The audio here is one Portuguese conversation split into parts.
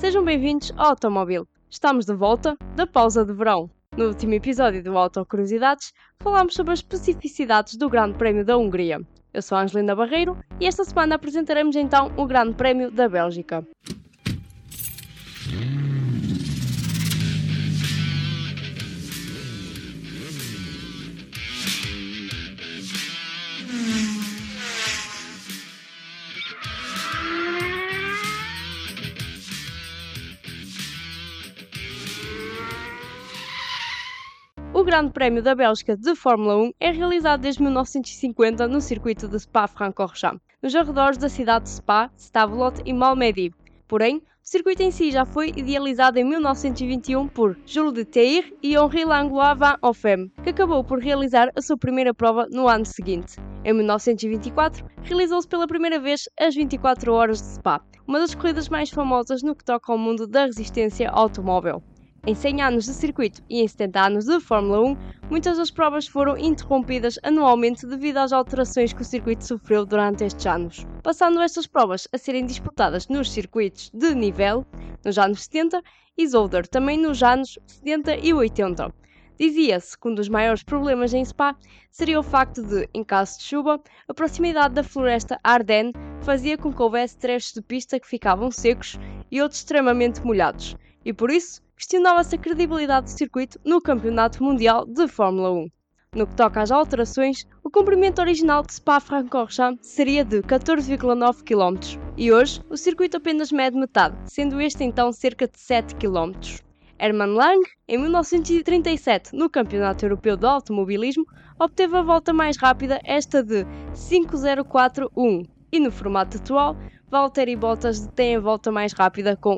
Sejam bem-vindos ao Automóvel. Estamos de volta da pausa de verão. No último episódio do Auto Curiosidades, falámos sobre as especificidades do Grande Prémio da Hungria. Eu sou a Angelina Barreiro e esta semana apresentaremos então o Grande Prémio da Bélgica. O Grande Prémio da Bélgica de Fórmula 1 é realizado desde 1950 no circuito de Spa-Francorchamps, nos arredores da cidade de Spa, Stavelot e Malmedy. Porém, o circuito em si já foi idealizado em 1921 por Jules de Teir e Henri Langlois van Hoffem, que acabou por realizar a sua primeira prova no ano seguinte. Em 1924, realizou-se pela primeira vez as 24 horas de Spa, uma das corridas mais famosas no que toca ao mundo da resistência automóvel. Em 100 anos de circuito e em 70 anos de Fórmula 1, muitas das provas foram interrompidas anualmente devido às alterações que o circuito sofreu durante estes anos, passando estas provas a serem disputadas nos circuitos de Nivelles, nos anos 70, e Zolder, também nos anos 70 e 80. Dizia-se que um dos maiores problemas em Spa seria o facto de, em caso de chuva, a proximidade da floresta Ardennes fazia com que houvesse trechos de pista que ficavam secos e outros extremamente molhados, e por isso, questionava-se a credibilidade do circuito no Campeonato Mundial de Fórmula 1. No que toca às alterações, o comprimento original de Spa-Francorchamps seria de 14,9 km e hoje o circuito apenas mede metade, sendo este então cerca de 7 km. Hermann Lang, em 1937, no Campeonato Europeu de Automobilismo, obteve a volta mais rápida, esta de 5,041, e no formato atual, Valtteri Bottas tem a volta mais rápida com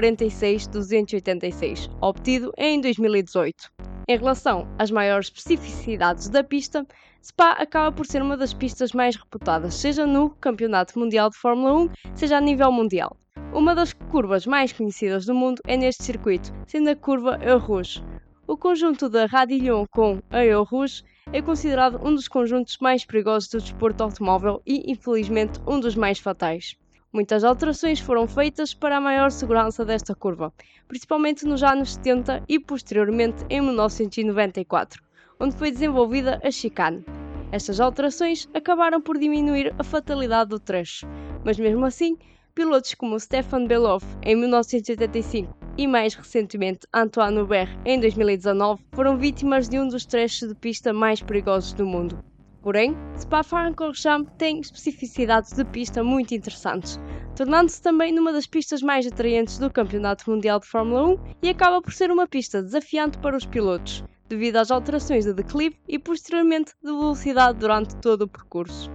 1,46,286, obtido em 2018. Em relação às maiores especificidades da pista, Spa acaba por ser uma das pistas mais reputadas, seja no Campeonato Mundial de Fórmula 1, seja a nível mundial. Uma das curvas mais conhecidas do mundo é neste circuito, sendo a curva Eau Rouge. O conjunto da Radillon com a Eau Rouge é considerado um dos conjuntos mais perigosos do desporto automóvel e, infelizmente, um dos mais fatais. Muitas alterações foram feitas para a maior segurança desta curva, principalmente nos anos 70 e posteriormente em 1994, onde foi desenvolvida a chicane. Estas alterações acabaram por diminuir a fatalidade do trecho, mas mesmo assim, pilotos como Stefan Belov em 1985 e mais recentemente Antoine Hubert em 2019 foram vítimas de um dos trechos de pista mais perigosos do mundo. Porém, Spa-Francorchamps tem especificidades de pista muito interessantes, tornando-se também numa das pistas mais atraentes do Campeonato Mundial de Fórmula 1 e acaba por ser uma pista desafiante para os pilotos, devido às alterações de declive e posteriormente de velocidade durante todo o percurso.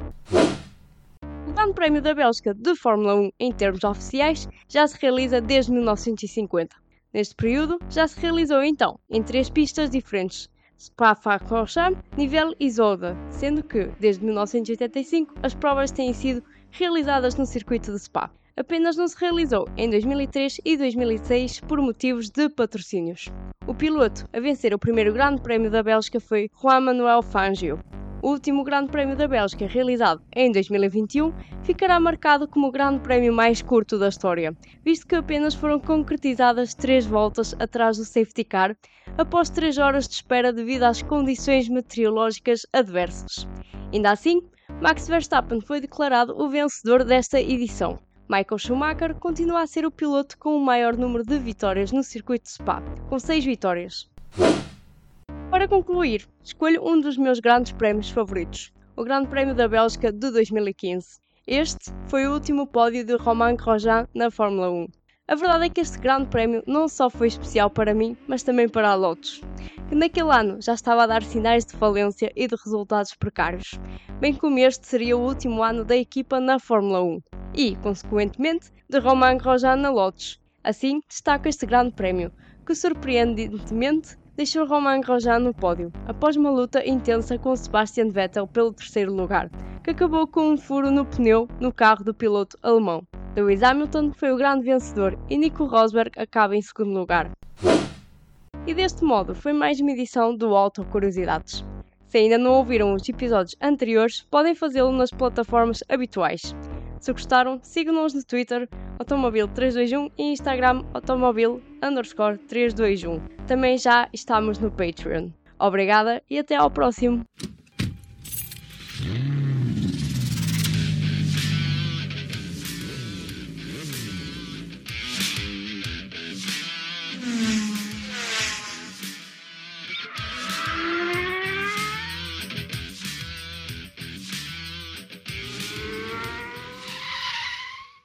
O Grande Prémio da Bélgica de Fórmula 1, em termos oficiais, já se realiza desde 1950. Neste período, já se realizou então em 3 pistas diferentes, Spa-Francorchamps, Nivelles e Zolder, sendo que, desde 1985, as provas têm sido realizadas no circuito de Spa. Apenas não se realizou em 2003 e 2006 por motivos de patrocínios. O piloto a vencer o primeiro Grande Prémio da Bélgica foi Juan Manuel Fangio. O último Grande Prémio da Bélgica, realizado em 2021, ficará marcado como o Grande Prémio mais curto da história, visto que apenas foram concretizadas 3 voltas atrás do safety car, após 3 horas de espera devido às condições meteorológicas adversas. Ainda assim, Max Verstappen foi declarado o vencedor desta edição. Michael Schumacher continua a ser o piloto com o maior número de vitórias no circuito de Spa, com 6 vitórias. Para concluir, escolho um dos meus grandes prémios favoritos, o Grande Prémio da Bélgica de 2015. Este foi o último pódio de Romain Grosjean na Fórmula 1. A verdade é que este Grande Prémio não só foi especial para mim, mas também para a Lotus, que naquele ano já estava a dar sinais de falência e de resultados precários, bem como este seria o último ano da equipa na Fórmula 1 e, consequentemente, de Romain Grosjean na Lotus. Assim, destaco este Grande Prémio, que surpreendentemente deixou Romain Grosjean no pódio, após uma luta intensa com Sebastian Vettel pelo 3º lugar, que acabou com um furo no pneu no carro do piloto alemão. Lewis Hamilton foi o grande vencedor e Nico Rosberg acaba em 2º lugar. E deste modo foi mais uma edição do Auto Curiosidades. Se ainda não ouviram os episódios anteriores, podem fazê-lo nas plataformas habituais. Se gostaram, sigam-nos no Twitter Automobil321 e Instagram Automobil_321. Também já estamos no Patreon. Obrigada e até ao próximo!